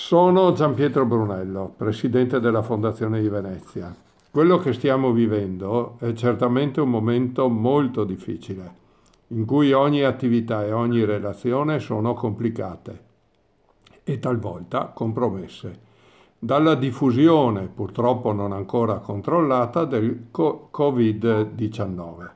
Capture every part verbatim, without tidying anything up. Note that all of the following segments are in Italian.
Sono Gianpietro Brunello, presidente della Fondazione di Venezia. Quello che stiamo vivendo è certamente un momento molto difficile, in cui ogni attività e ogni relazione sono complicate e talvolta compromesse dalla diffusione, purtroppo non ancora controllata, del covid diciannove.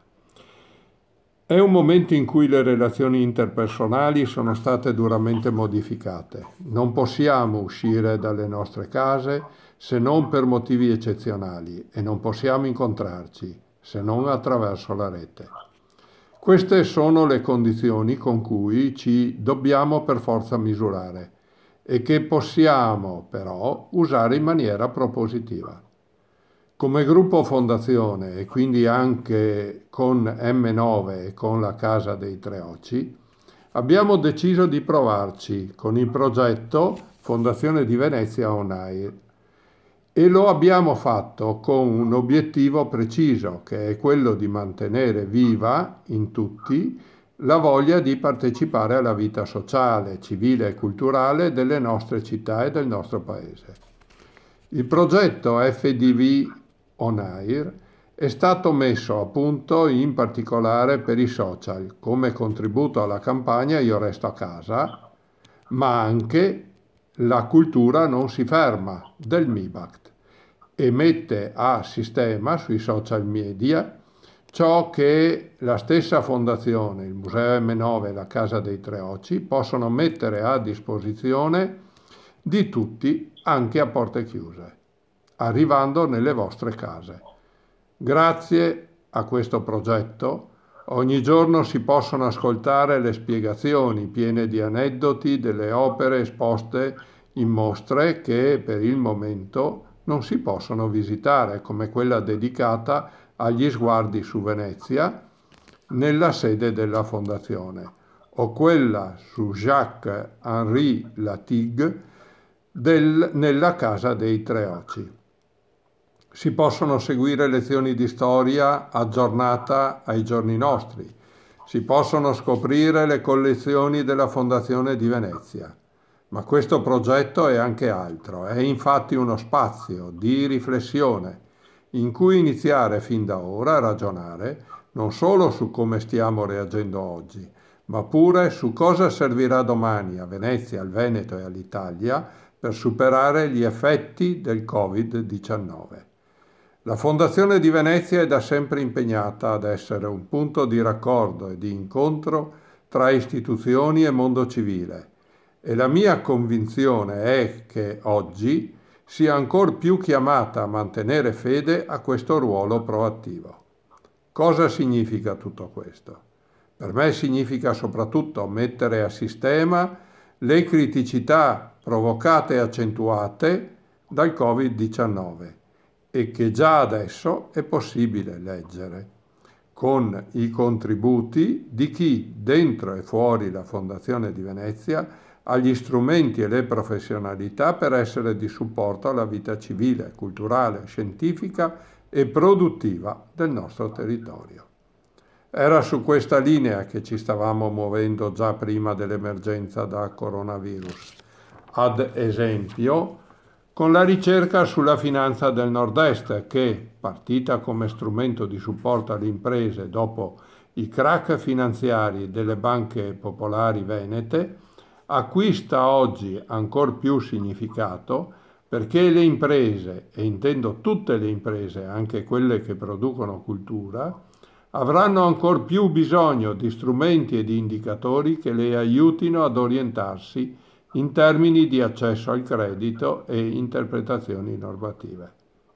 È un momento in cui le relazioni interpersonali sono state duramente modificate. Non possiamo uscire dalle nostre case se non per motivi eccezionali e non possiamo incontrarci se non attraverso la rete. Queste sono le condizioni con cui ci dobbiamo per forza misurare e che possiamo però usare in maniera propositiva. Come gruppo fondazione e quindi anche con M nove e con la Casa dei Tre Occhi, abbiamo deciso di provarci con il progetto Fondazione di Venezia On Air e lo abbiamo fatto con un obiettivo preciso, che è quello di mantenere viva in tutti la voglia di partecipare alla vita sociale, civile e culturale delle nostre città e del nostro paese. Il progetto F D V On Air è stato messo a punto in particolare per i social come contributo alla campagna Io resto a casa, ma anche La cultura non si ferma del MIBACT e mette a sistema sui social media ciò che la stessa fondazione, il Museo M nove e la Casa dei Tre Occhi possono mettere a disposizione di tutti anche a porte chiuse, arrivando nelle vostre case. Grazie a questo progetto ogni giorno si possono ascoltare le spiegazioni piene di aneddoti delle opere esposte in mostre che per il momento non si possono visitare, come quella dedicata agli sguardi su Venezia nella sede della Fondazione, o quella su Jacques-Henri Latigue del, nella Casa dei Tre Occhi. Si possono seguire lezioni di storia aggiornata ai giorni nostri, si possono scoprire le collezioni della Fondazione di Venezia. Ma questo progetto è anche altro, è infatti uno spazio di riflessione in cui iniziare fin da ora a ragionare non solo su come stiamo reagendo oggi, ma pure su cosa servirà domani a Venezia, al Veneto e all'Italia per superare gli effetti del covid diciannove. La Fondazione di Venezia è da sempre impegnata ad essere un punto di raccordo e di incontro tra istituzioni e mondo civile. E la mia convinzione è che oggi sia ancor più chiamata a mantenere fede a questo ruolo proattivo. Cosa significa tutto questo? Per me significa soprattutto mettere a sistema le criticità provocate e accentuate dal covid diciannove e che già adesso è possibile leggere con i contributi di chi, dentro e fuori la Fondazione di Venezia, ha gli strumenti e le professionalità per essere di supporto alla vita civile, culturale, scientifica e produttiva del nostro territorio. Era su questa linea che ci stavamo muovendo già prima dell'emergenza da coronavirus. Ad esempio, con la ricerca sulla finanza del Nord-Est che, partita come strumento di supporto alle imprese dopo i crack finanziari delle banche popolari venete, acquista oggi ancor più significato perché le imprese, e intendo tutte le imprese, anche quelle che producono cultura, avranno ancor più bisogno di strumenti e di indicatori che le aiutino ad orientarsi in termini di accesso al credito e interpretazioni normative.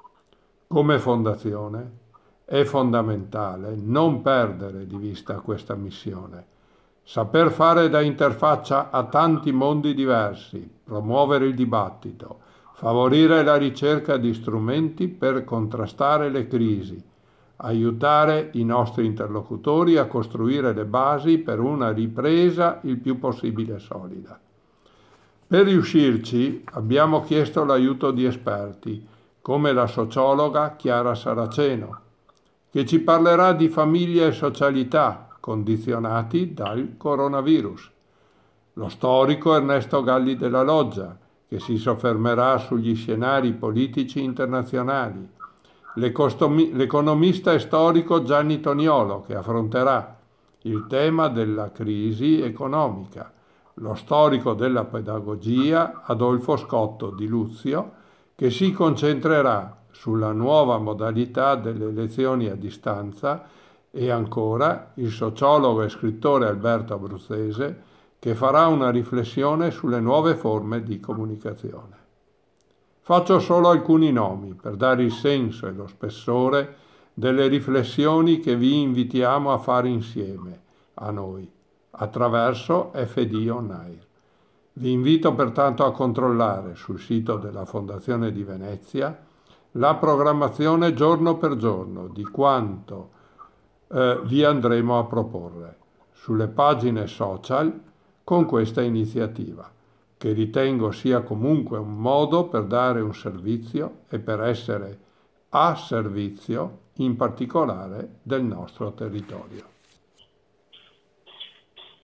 Come fondazione è fondamentale non perdere di vista questa missione, saper fare da interfaccia a tanti mondi diversi, promuovere il dibattito, favorire la ricerca di strumenti per contrastare le crisi, aiutare i nostri interlocutori a costruire le basi per una ripresa il più possibile solida. Per riuscirci abbiamo chiesto l'aiuto di esperti, come la sociologa Chiara Saraceno, che ci parlerà di famiglia e socialità condizionati dal coronavirus, lo storico Ernesto Galli della Loggia, che si soffermerà sugli scenari politici internazionali, l'economista e storico Gianni Toniolo, che affronterà il tema della crisi economica, lo storico della pedagogia Adolfo Scotto di Luzio, che si concentrerà sulla nuova modalità delle lezioni a distanza, e ancora il sociologo e scrittore Alberto Abruzzese, che farà una riflessione sulle nuove forme di comunicazione. Faccio solo alcuni nomi per dare il senso e lo spessore delle riflessioni che vi invitiamo a fare insieme a noi, attraverso F D On Air. Vi invito pertanto a controllare sul sito della Fondazione di Venezia la programmazione giorno per giorno di quanto eh, vi andremo a proporre sulle pagine social con questa iniziativa, che ritengo sia comunque un modo per dare un servizio e per essere a servizio in particolare del nostro territorio.